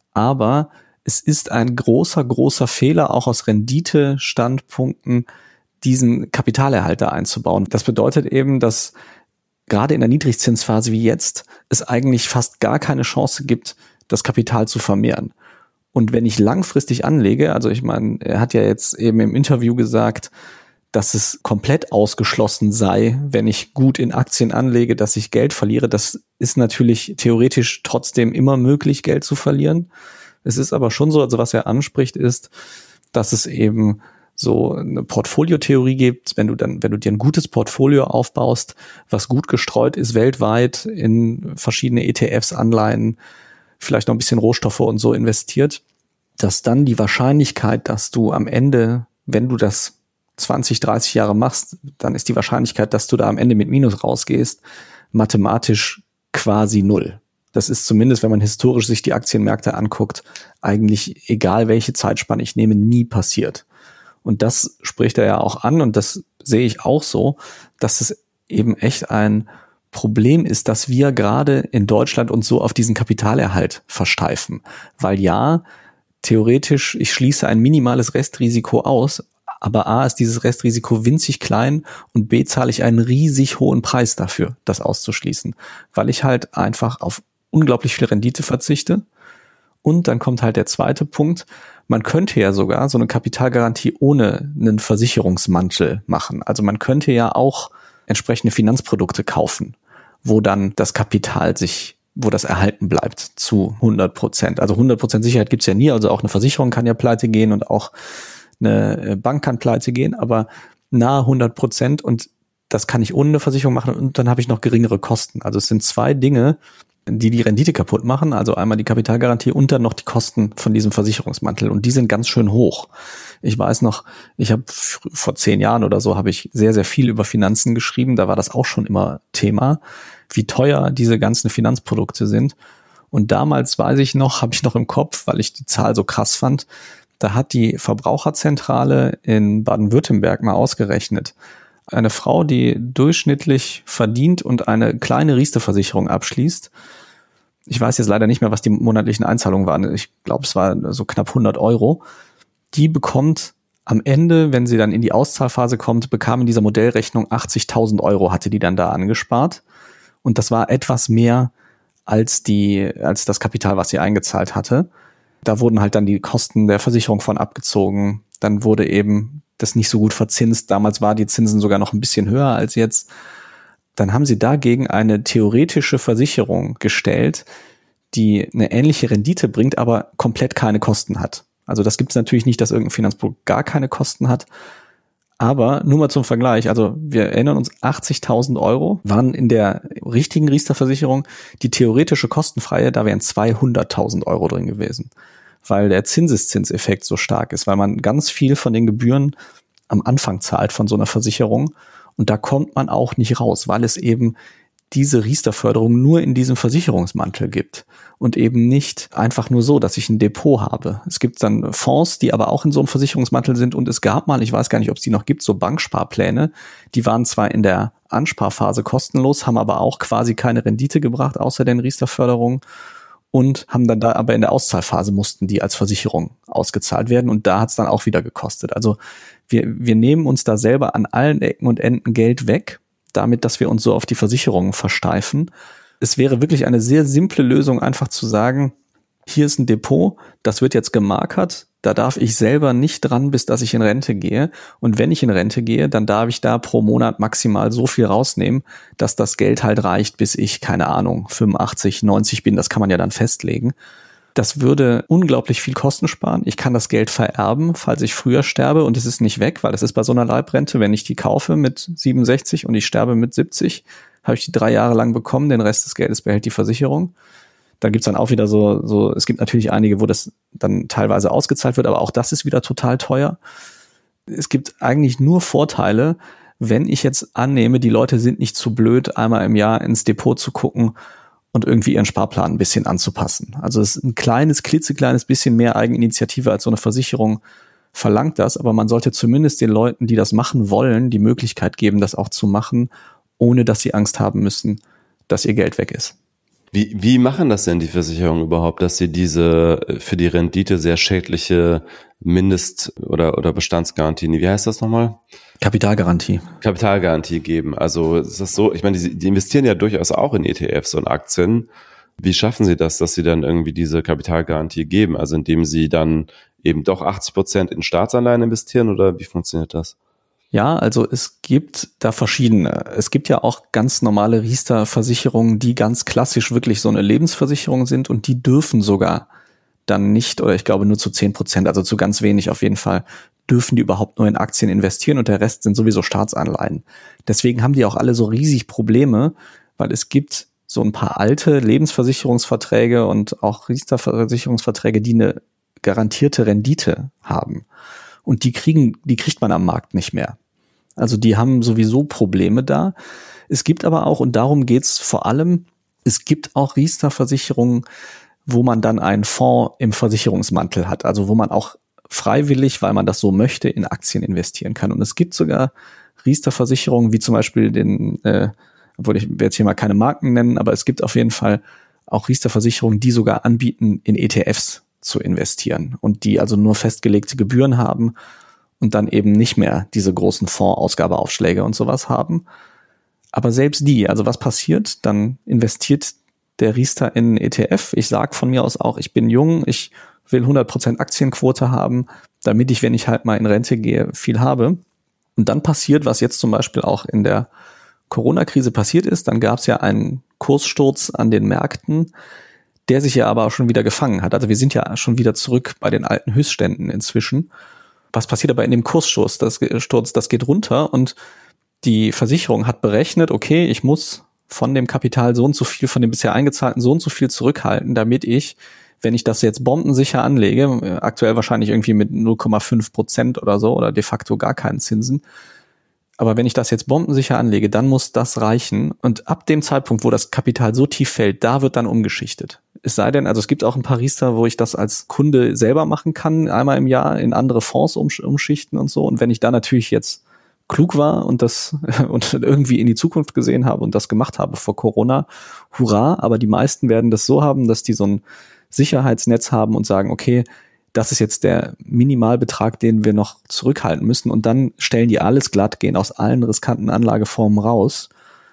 Aber es ist ein großer, großer Fehler, auch aus Renditestandpunkten, diesen Kapitalerhalt da einzubauen. Das bedeutet eben, dass gerade in der Niedrigzinsphase wie jetzt es eigentlich fast gar keine Chance gibt, das Kapital zu vermehren. Und wenn ich langfristig anlege, also ich meine, er hat ja jetzt eben im Interview gesagt, dass es komplett ausgeschlossen sei, wenn ich gut in Aktien anlege, dass ich Geld verliere. Das ist natürlich theoretisch trotzdem immer möglich, Geld zu verlieren. Es ist aber schon so, also was er anspricht, ist, dass es eben so eine Portfoliotheorie gibt, wenn du dir ein gutes Portfolio aufbaust, was gut gestreut ist weltweit in verschiedene ETFs, Anleihen, vielleicht noch ein bisschen Rohstoffe und so investiert, dass dann die Wahrscheinlichkeit, dass du am Ende, wenn du das 20, 30 Jahre machst, dann ist die Wahrscheinlichkeit, dass du da am Ende mit Minus rausgehst, mathematisch quasi null. Das ist zumindest, wenn man historisch sich die Aktienmärkte anguckt, eigentlich egal welche Zeitspanne ich nehme, nie passiert. Und das spricht er ja auch an und das sehe ich auch so, dass es eben echt ein Problem ist, dass wir gerade in Deutschland uns so auf diesen Kapitalerhalt versteifen. Weil ja, theoretisch, ich schließe ein minimales Restrisiko aus, aber A ist dieses Restrisiko winzig klein und B zahle ich einen riesig hohen Preis dafür, das auszuschließen. Weil ich halt einfach auf unglaublich viel Rendite verzichte. Und dann kommt halt der zweite Punkt. Man könnte ja sogar so eine Kapitalgarantie ohne einen Versicherungsmantel machen. Also man könnte ja auch entsprechende Finanzprodukte kaufen, wo dann das Kapital wo das erhalten bleibt zu 100%. Also 100% Sicherheit gibt's ja nie. Also auch eine Versicherung kann ja pleite gehen und auch eine Bank kann pleite gehen, aber nahe 100%, und das kann ich ohne eine Versicherung machen, und dann habe ich noch geringere Kosten. Also es sind zwei Dinge, die Rendite kaputt machen. Also einmal die Kapitalgarantie und dann noch die Kosten von diesem Versicherungsmantel. Und die sind ganz schön hoch. Ich weiß noch, ich habe vor 10 Jahren oder so habe ich sehr, sehr viel über Finanzen geschrieben. Da war das auch schon immer Thema, wie teuer diese ganzen Finanzprodukte sind. Und damals weiß ich noch, habe ich noch im Kopf, weil ich die Zahl so krass fand, da hat die Verbraucherzentrale in Baden-Württemberg mal ausgerechnet. Eine Frau, die durchschnittlich verdient und eine kleine Riester-Versicherung abschließt, ich weiß jetzt leider nicht mehr, was die monatlichen Einzahlungen waren, ich glaube, es war so knapp 100 €, die bekommt am Ende, wenn sie dann in die Auszahlphase kommt, bekam in dieser Modellrechnung 80.000 € hatte die dann da angespart. Und das war etwas mehr als das Kapital, was sie eingezahlt hatte. Da wurden halt dann die Kosten der Versicherung von abgezogen. Dann wurde eben das nicht so gut verzinst. Damals war die Zinsen sogar noch ein bisschen höher als jetzt. Dann haben sie dagegen eine theoretische Versicherung gestellt, die eine ähnliche Rendite bringt, aber komplett keine Kosten hat. Also das gibt es natürlich nicht, dass irgendein Finanzprodukt gar keine Kosten hat. Aber nur mal zum Vergleich, also wir erinnern uns, 80.000 € waren in der richtigen Riester-Versicherung, die theoretische kostenfreie, da wären 200.000 € drin gewesen, weil der Zinseszinseffekt so stark ist, weil man ganz viel von den Gebühren am Anfang zahlt von so einer Versicherung, und da kommt man auch nicht raus, weil es eben diese Riester-Förderung nur in diesem Versicherungsmantel gibt und eben nicht einfach nur so, dass ich ein Depot habe. Es gibt dann Fonds, die aber auch in so einem Versicherungsmantel sind, und es gab mal, ich weiß gar nicht, ob es die noch gibt, so Banksparpläne, die waren zwar in der Ansparphase kostenlos, haben aber auch quasi keine Rendite gebracht, außer den Riester-Förderungen, und haben dann da aber in der Auszahlphase mussten die als Versicherung ausgezahlt werden, und da hat es dann auch wieder gekostet. Also wir nehmen uns da selber an allen Ecken und Enden Geld weg, damit, dass wir uns so auf die Versicherungen versteifen. Es wäre wirklich eine sehr simple Lösung, einfach zu sagen, hier ist ein Depot, das wird jetzt gemarkert, da darf ich selber nicht dran, bis dass ich in Rente gehe. Und wenn ich in Rente gehe, dann darf ich da pro Monat maximal so viel rausnehmen, dass das Geld halt reicht, bis ich, keine Ahnung, 85, 90 bin. Das kann man ja dann festlegen. Das würde unglaublich viel Kosten sparen. Ich kann das Geld vererben, falls ich früher sterbe, und es ist nicht weg, weil es ist bei so einer Leibrente, wenn ich die kaufe mit 67 und ich sterbe mit 70, habe ich die 3 Jahre lang bekommen, den Rest des Geldes behält die Versicherung. Da gibt's dann auch wieder so, es gibt natürlich einige, wo das dann teilweise ausgezahlt wird, aber auch das ist wieder total teuer. Es gibt eigentlich nur Vorteile, wenn ich jetzt annehme, die Leute sind nicht zu blöd, einmal im Jahr ins Depot zu gucken und irgendwie ihren Sparplan ein bisschen anzupassen. Also es ist ein klitzekleines bisschen mehr Eigeninitiative als so eine Versicherung verlangt das, aber man sollte zumindest den Leuten, die das machen wollen, die Möglichkeit geben, das auch zu machen, ohne dass sie Angst haben müssen, dass ihr Geld weg ist. Wie machen das denn die Versicherungen überhaupt, dass sie diese für die Rendite sehr schädliche Mindest- oder Bestandsgarantie, wie heißt das nochmal? Kapitalgarantie geben. Also ist das so, ich meine, die investieren ja durchaus auch in ETFs und Aktien. Wie schaffen sie das, dass sie dann irgendwie diese Kapitalgarantie geben? Also indem sie dann eben doch 80% in Staatsanleihen investieren, oder wie funktioniert das? Ja, also es gibt da verschiedene. Es gibt ja auch ganz normale Riester-Versicherungen, die ganz klassisch wirklich so eine Lebensversicherung sind, und die dürfen sogar dann nicht, oder ich glaube nur zu 10%, also zu ganz wenig auf jeden Fall, dürfen die überhaupt nur in Aktien investieren, und der Rest sind sowieso Staatsanleihen. Deswegen haben die auch alle so riesig Probleme, weil es gibt so ein paar alte Lebensversicherungsverträge und auch Riester-Versicherungsverträge, die eine garantierte Rendite haben. Und die kriegt man am Markt nicht mehr. Also die haben sowieso Probleme da. Es gibt aber auch, und darum geht's vor allem, es gibt auch Riester-Versicherungen, wo man dann einen Fonds im Versicherungsmantel hat. Also wo man auch freiwillig, weil man das so möchte, in Aktien investieren kann. Und es gibt sogar Riester-Versicherungen, wie zum Beispiel obwohl ich werde jetzt hier mal keine Marken nennen, aber es gibt auf jeden Fall auch Riester-Versicherungen, die sogar anbieten, in ETFs zu investieren und die also nur festgelegte Gebühren haben und dann eben nicht mehr diese großen Fondsausgabeaufschläge und sowas haben. Aber selbst die, also was passiert? Dann investiert der Riester in ETF. Ich sage von mir aus auch, ich bin jung, ich will 100% Aktienquote haben, damit ich, wenn ich halt mal in Rente gehe, viel habe. Und dann passiert, was jetzt zum Beispiel auch in der Corona-Krise passiert ist, dann gab es ja einen Kurssturz an den Märkten, der sich ja aber auch schon wieder gefangen hat. Also wir sind ja schon wieder zurück bei den alten Höchstständen inzwischen. Was passiert aber in dem Kurssturz? Das geht runter und die Versicherung hat berechnet, okay, ich muss von dem Kapital so und so viel, von dem bisher eingezahlten so und so viel zurückhalten, damit ich, wenn ich das jetzt bombensicher anlege, aktuell wahrscheinlich irgendwie mit 0,5% oder so oder de facto gar keinen Zinsen, aber wenn ich das jetzt bombensicher anlege, dann muss das reichen. Und ab dem Zeitpunkt, wo das Kapital so tief fällt, da wird dann umgeschichtet. Es sei denn, also es gibt auch ein paar Riester, wo ich das als Kunde selber machen kann, einmal im Jahr in andere Fonds umschichten und so. Und wenn ich da natürlich jetzt klug war und das und irgendwie in die Zukunft gesehen habe und das gemacht habe vor Corona, hurra. Aber die meisten werden das so haben, dass die so ein Sicherheitsnetz haben und sagen, okay, das ist jetzt der Minimalbetrag, den wir noch zurückhalten müssen. Und dann stellen die alles glatt, gehen aus allen riskanten Anlageformen raus.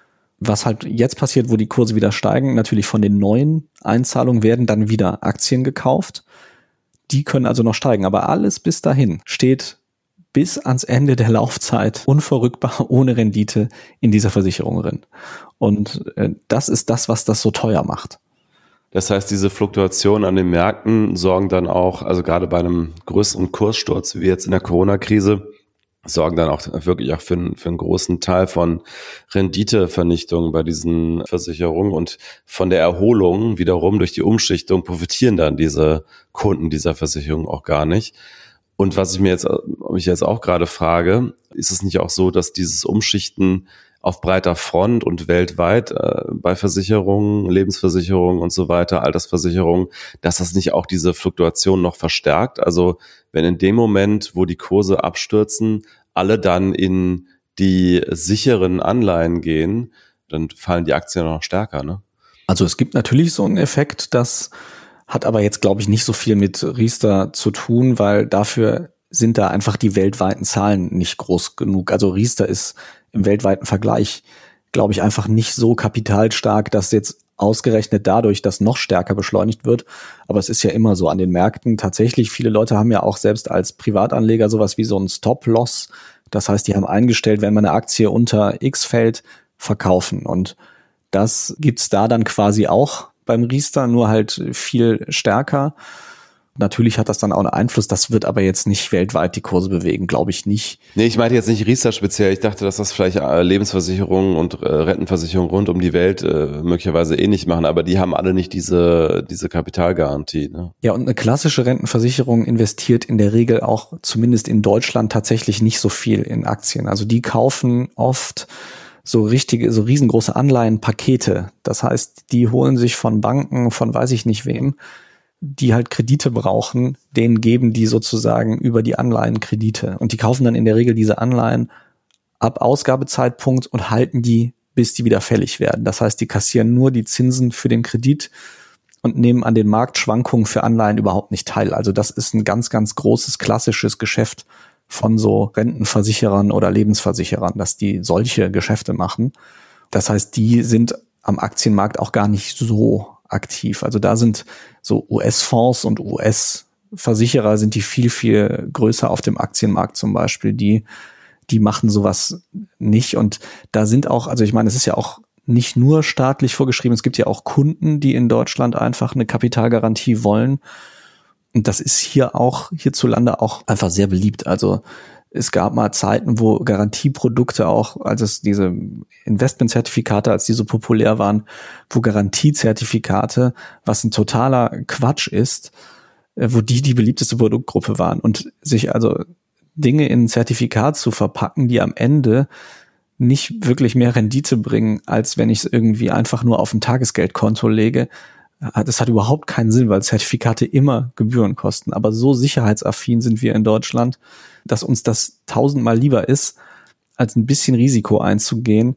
Was halt jetzt passiert, wo die Kurse wieder steigen, natürlich von den neuen Einzahlungen werden dann wieder Aktien gekauft. Die können also noch steigen. Aber alles bis dahin steht bis ans Ende der Laufzeit unverrückbar ohne Rendite in dieser Versicherung drin. Und das ist das, was das so teuer macht. Das heißt, diese Fluktuationen an den Märkten sorgen dann auch, also gerade bei einem größeren Kurssturz wie jetzt in der Corona-Krise, sorgen dann auch wirklich auch für einen großen Teil von Renditevernichtung bei diesen Versicherungen, und von der Erholung wiederum durch die Umschichtung profitieren dann diese Kunden dieser Versicherung auch gar nicht. Und was ich mich jetzt auch gerade frage, ist es nicht auch so, dass dieses Umschichten auf breiter Front und weltweit bei Versicherungen, Lebensversicherungen und so weiter, Altersversicherungen, dass das nicht auch diese Fluktuation noch verstärkt? Also wenn in dem Moment, wo die Kurse abstürzen, alle dann in die sicheren Anleihen gehen, dann fallen die Aktien noch stärker, ne? Also es gibt natürlich so einen Effekt, das hat aber jetzt, glaube ich, nicht so viel mit Riester zu tun, weil dafür sind da einfach die weltweiten Zahlen nicht groß genug. Also Riester ist im weltweiten Vergleich, glaube ich, einfach nicht so kapitalstark, dass jetzt ausgerechnet dadurch das noch stärker beschleunigt wird. Aber es ist ja immer so an den Märkten. Tatsächlich, viele Leute haben ja auch selbst als Privatanleger sowas wie so ein Stop-Loss. Das heißt, die haben eingestellt, wenn meine Aktie unter X fällt, verkaufen. Und das gibt's da dann quasi auch beim Riester, nur halt viel stärker. Natürlich hat das dann auch einen Einfluss, das wird aber jetzt nicht weltweit die Kurse bewegen, glaube ich nicht. Nee, ich meinte jetzt nicht Riester speziell, ich dachte, dass das vielleicht Lebensversicherungen und Rentenversicherungen rund um die Welt möglicherweise ähnlich machen, aber die haben alle nicht diese Kapitalgarantie, ne? Ja, und eine klassische Rentenversicherung investiert in der Regel auch, zumindest in Deutschland, tatsächlich nicht so viel in Aktien. Also die kaufen oft so riesengroße Anleihenpakete. Das heißt, die holen sich von Banken, von weiß ich nicht wem, die halt Kredite brauchen, denen geben die sozusagen über die Anleihen Kredite. Und die kaufen dann in der Regel diese Anleihen ab Ausgabezeitpunkt und halten die, bis die wieder fällig werden. Das heißt, die kassieren nur die Zinsen für den Kredit und nehmen an den Marktschwankungen für Anleihen überhaupt nicht teil. Also das ist ein ganz, ganz großes, klassisches Geschäft von so Rentenversicherern oder Lebensversicherern, dass die solche Geschäfte machen. Das heißt, die sind am Aktienmarkt auch gar nicht so aktiv. Also da sind so US-Fonds und US-Versicherer sind die viel, viel größer auf dem Aktienmarkt zum Beispiel. Die machen sowas nicht. Und da sind auch, also ich meine, es ist ja auch nicht nur staatlich vorgeschrieben, es gibt ja auch Kunden, die in Deutschland einfach eine Kapitalgarantie wollen. Und das ist hierzulande auch einfach sehr beliebt. Also es gab mal Zeiten, wo Garantieprodukte auch, als es diese Investmentzertifikate, als die so populär waren, wo Garantiezertifikate, was ein totaler Quatsch ist, wo die beliebteste Produktgruppe waren. Und sich also Dinge in ein Zertifikat zu verpacken, die am Ende nicht wirklich mehr Rendite bringen, als wenn ich es irgendwie einfach nur auf ein Tagesgeldkonto lege, das hat überhaupt keinen Sinn, weil Zertifikate immer Gebühren kosten. Aber so sicherheitsaffin sind wir in Deutschland, dass uns das 1000-mal lieber ist, als ein bisschen Risiko einzugehen.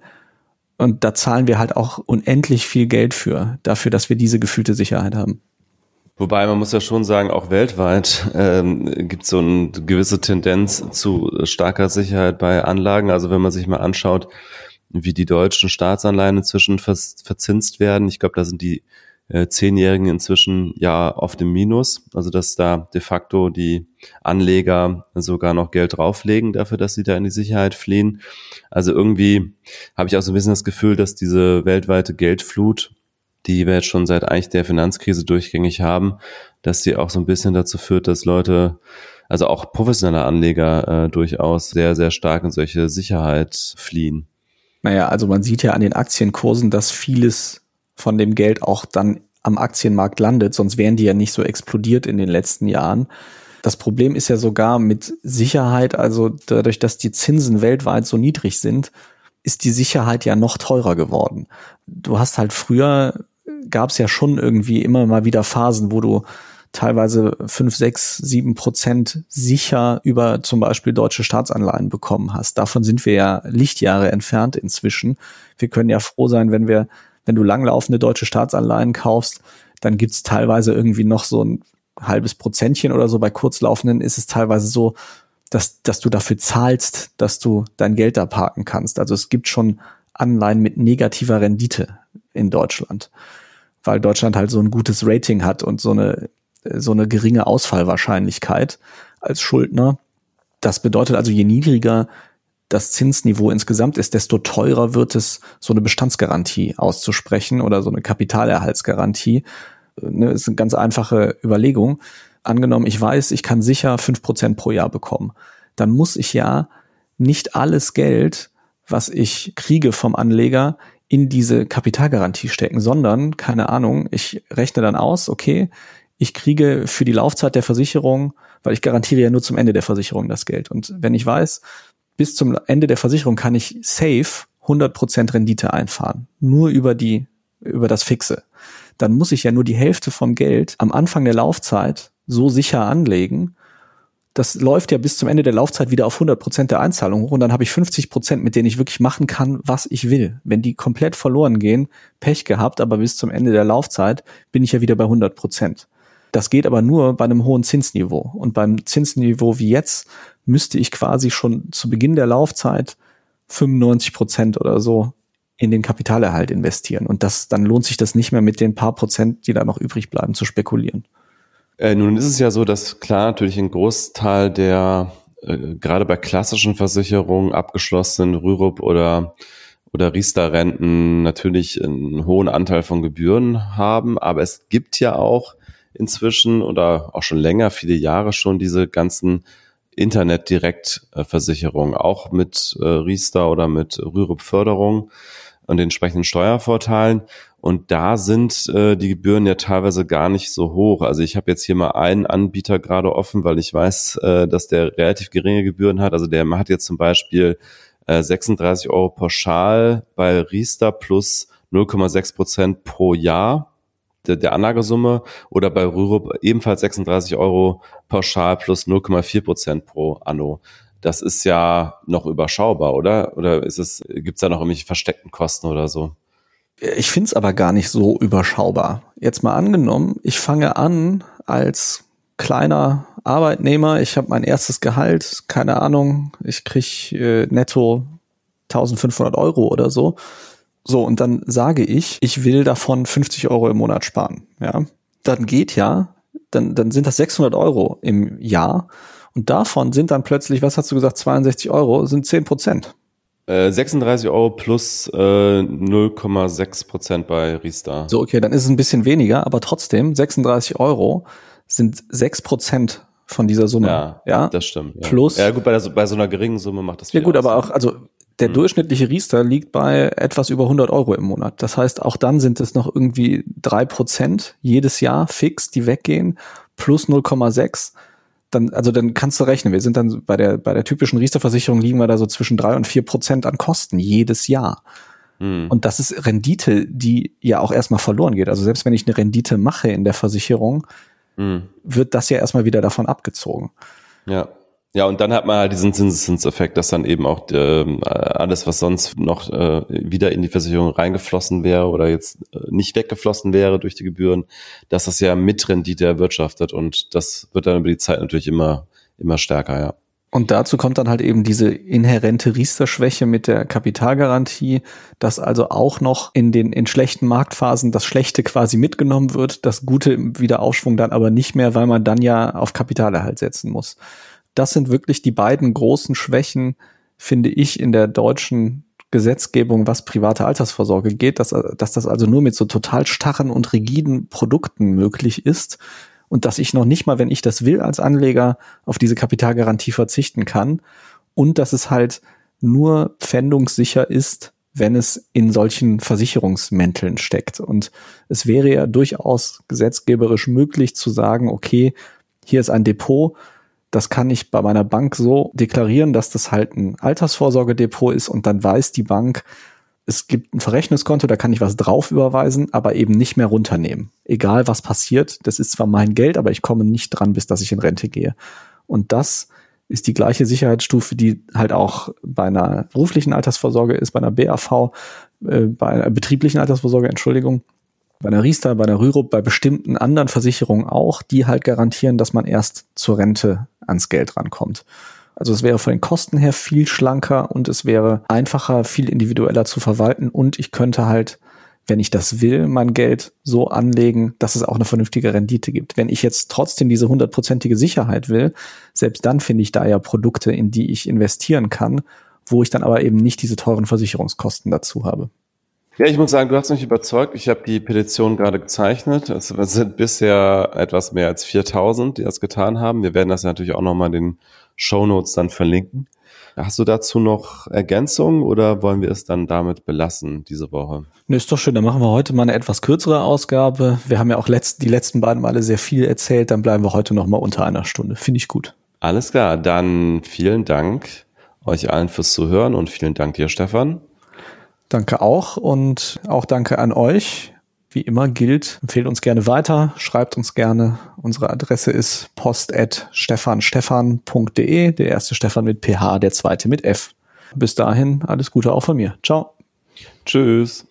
Und da zahlen wir halt auch unendlich viel Geld dafür, dass wir diese gefühlte Sicherheit haben. Wobei man muss ja schon sagen, auch weltweit gibt es so eine gewisse Tendenz zu starker Sicherheit bei Anlagen. Also wenn man sich mal anschaut, wie die deutschen Staatsanleihen inzwischen verzinst werden. Ich glaube, da sind die 10-Jährigen inzwischen ja auf dem Minus, also dass da de facto die Anleger sogar noch Geld drauflegen dafür, dass sie da in die Sicherheit fliehen. Also irgendwie habe ich auch so ein bisschen das Gefühl, dass diese weltweite Geldflut, die wir jetzt schon seit eigentlich der Finanzkrise durchgängig haben, dass die auch so ein bisschen dazu führt, dass Leute, also auch professionelle Anleger durchaus sehr, sehr stark in solche Sicherheit fliehen. Naja, also man sieht ja an den Aktienkursen, dass vieles von dem Geld auch dann am Aktienmarkt landet, sonst wären die ja nicht so explodiert in den letzten Jahren. Das Problem ist ja sogar mit Sicherheit, also dadurch, dass die Zinsen weltweit so niedrig sind, ist die Sicherheit ja noch teurer geworden. Du hast halt früher, gab es ja schon irgendwie immer mal wieder Phasen, wo du teilweise 5, 6, 7% sicher über zum Beispiel deutsche Staatsanleihen bekommen hast. Davon sind wir ja Lichtjahre entfernt inzwischen. Wir können ja froh sein, wenn du langlaufende deutsche Staatsanleihen kaufst, dann gibt's teilweise irgendwie noch so ein halbes Prozentchen oder so. Bei kurzlaufenden ist es teilweise so, dass du dafür zahlst, dass du dein Geld da parken kannst. Also es gibt schon Anleihen mit negativer Rendite in Deutschland, weil Deutschland halt so ein gutes Rating hat und so eine geringe Ausfallwahrscheinlichkeit als Schuldner. Das bedeutet also, je niedriger das Zinsniveau insgesamt ist, desto teurer wird es, so eine Bestandsgarantie auszusprechen oder so eine Kapitalerhaltsgarantie. Das ist eine ganz einfache Überlegung. Angenommen, ich weiß, ich kann sicher 5% pro Jahr bekommen. Dann muss ich ja nicht alles Geld, was ich kriege vom Anleger, in diese Kapitalgarantie stecken, sondern, keine Ahnung, ich rechne dann aus, okay, ich kriege für die Laufzeit der Versicherung, weil ich garantiere ja nur zum Ende der Versicherung das Geld. Und wenn ich weiß, bis zum Ende der Versicherung kann ich safe 100% Rendite einfahren. Nur über das Fixe. Dann muss ich ja nur die Hälfte vom Geld am Anfang der Laufzeit so sicher anlegen. Das läuft ja bis zum Ende der Laufzeit wieder auf 100% der Einzahlung hoch und dann habe ich 50%, mit denen ich wirklich machen kann, was ich will. Wenn die komplett verloren gehen, Pech gehabt, aber bis zum Ende der Laufzeit bin ich ja wieder bei 100%. Das geht aber nur bei einem hohen Zinsniveau. Und beim Zinsniveau wie jetzt müsste ich quasi schon zu Beginn der Laufzeit 95% oder so in den Kapitalerhalt investieren. Und dann lohnt sich das nicht mehr mit den paar Prozent, die da noch übrig bleiben, zu spekulieren. Nun ist es ja so, dass klar natürlich ein Großteil der gerade bei klassischen Versicherungen abgeschlossenen Rürup oder Riester-Renten natürlich einen hohen Anteil von Gebühren haben. Aber es gibt ja auch inzwischen oder auch schon länger, viele Jahre schon diese ganzen Internet-Direktversicherungen, auch mit Riester oder mit Rürup-Förderung und den entsprechenden Steuervorteilen. Und da sind die Gebühren ja teilweise gar nicht so hoch. Also ich habe jetzt hier mal einen Anbieter gerade offen, weil ich weiß, dass der relativ geringe Gebühren hat. Also der hat jetzt zum Beispiel 36 € pauschal bei Riester plus 0,6% pro Jahr der Anlagesumme oder bei Rürup ebenfalls 36 € pauschal plus 0,4% pro Anno. Das ist ja noch überschaubar, oder? Oder gibt's da noch irgendwelche versteckten Kosten oder so? Ich find's aber gar nicht so überschaubar. Jetzt mal angenommen, ich fange an als kleiner Arbeitnehmer, ich habe mein erstes Gehalt, keine Ahnung, ich krieg netto 1.500 € oder so. So, und dann sage ich will davon 50 € im Monat sparen. Ja, dann dann sind das 600 € im Jahr und davon sind dann plötzlich, was hast du gesagt, 62 €, sind 10%. 36 € plus 0,6% bei Riester. So, okay, dann ist es ein bisschen weniger, aber trotzdem, 36 € sind 6% von dieser Summe. Ja, das stimmt. Ja. Plus. Ja, gut, bei so einer geringen Summe macht das viel Ja, gut, aus. aber auch, also der durchschnittliche Riester liegt bei etwas über 100 € im Monat. Das heißt, auch dann sind es noch irgendwie 3% jedes Jahr fix, die weggehen, plus 0,6. Dann kannst du rechnen. Wir sind dann bei der typischen Riester-Versicherung liegen wir da so zwischen 3 und 4% an Kosten jedes Jahr. Und das ist Rendite, die ja auch erstmal verloren geht. Also selbst wenn ich eine Rendite mache in der Versicherung, wird das ja erstmal wieder davon abgezogen. Ja. Ja, und dann hat man halt diesen Zinseszinseffekt, dass dann eben auch alles, was sonst noch wieder in die Versicherung reingeflossen wäre oder jetzt nicht weggeflossen wäre durch die Gebühren, dass das ja mit Rendite erwirtschaftet und das wird dann über die Zeit natürlich immer stärker, ja. Und dazu kommt dann halt eben diese inhärente Riester-Schwäche mit der Kapitalgarantie, dass also auch noch in schlechten Marktphasen das Schlechte quasi mitgenommen wird, das Gute im Wiederaufschwung dann aber nicht mehr, weil man dann ja auf Kapitalerhalt setzen muss. Das sind wirklich die beiden großen Schwächen, finde ich, in der deutschen Gesetzgebung, was private Altersvorsorge geht, dass das also nur mit so total starren und rigiden Produkten möglich ist und dass ich noch nicht mal, wenn ich das will als Anleger, auf diese Kapitalgarantie verzichten kann und dass es halt nur pfändungssicher ist, wenn es in solchen Versicherungsmänteln steckt. Und es wäre ja durchaus gesetzgeberisch möglich zu sagen, okay, hier ist ein Depot, das kann ich bei meiner Bank so deklarieren, dass das halt ein Altersvorsorgedepot ist und dann weiß die Bank, es gibt ein Verrechnungskonto, da kann ich was drauf überweisen, aber eben nicht mehr runternehmen. Egal was passiert, das ist zwar mein Geld, aber ich komme nicht dran, bis dass ich in Rente gehe. Und das ist die gleiche Sicherheitsstufe, die halt auch bei einer beruflichen Altersvorsorge ist, bei einer BAV, bei einer betrieblichen Altersvorsorge, bei einer Riester, bei einer Rürup, bei bestimmten anderen Versicherungen auch, die halt garantieren, dass man erst zur Rente ans Geld rankommt. Also es wäre von den Kosten her viel schlanker und es wäre einfacher, viel individueller zu verwalten und ich könnte halt, wenn ich das will, mein Geld so anlegen, dass es auch eine vernünftige Rendite gibt. Wenn ich jetzt trotzdem diese 100%ige Sicherheit will, selbst dann finde ich da ja Produkte, in die ich investieren kann, wo ich dann aber eben nicht diese teuren Versicherungskosten dazu habe. Ja, ich muss sagen, du hast mich überzeugt. Ich habe die Petition gerade gezeichnet. Es sind bisher etwas mehr als 4.000, die das getan haben. Wir werden das natürlich auch nochmal in den Shownotes dann verlinken. Hast du dazu noch Ergänzungen oder wollen wir es dann damit belassen diese Woche? Ne, ist doch schön. Dann machen wir heute mal eine etwas kürzere Ausgabe. Wir haben ja auch die letzten beiden Male sehr viel erzählt. Dann bleiben wir heute nochmal unter einer Stunde. Finde ich gut. Alles klar. Dann vielen Dank euch allen fürs Zuhören und vielen Dank dir, Stefan. Danke auch und auch danke an euch. Wie immer gilt, empfehlt uns gerne weiter, schreibt uns gerne. Unsere Adresse ist post@stefanstefan.de. Der erste Stefan mit PH, der zweite mit F. Bis dahin, alles Gute auch von mir. Ciao. Tschüss.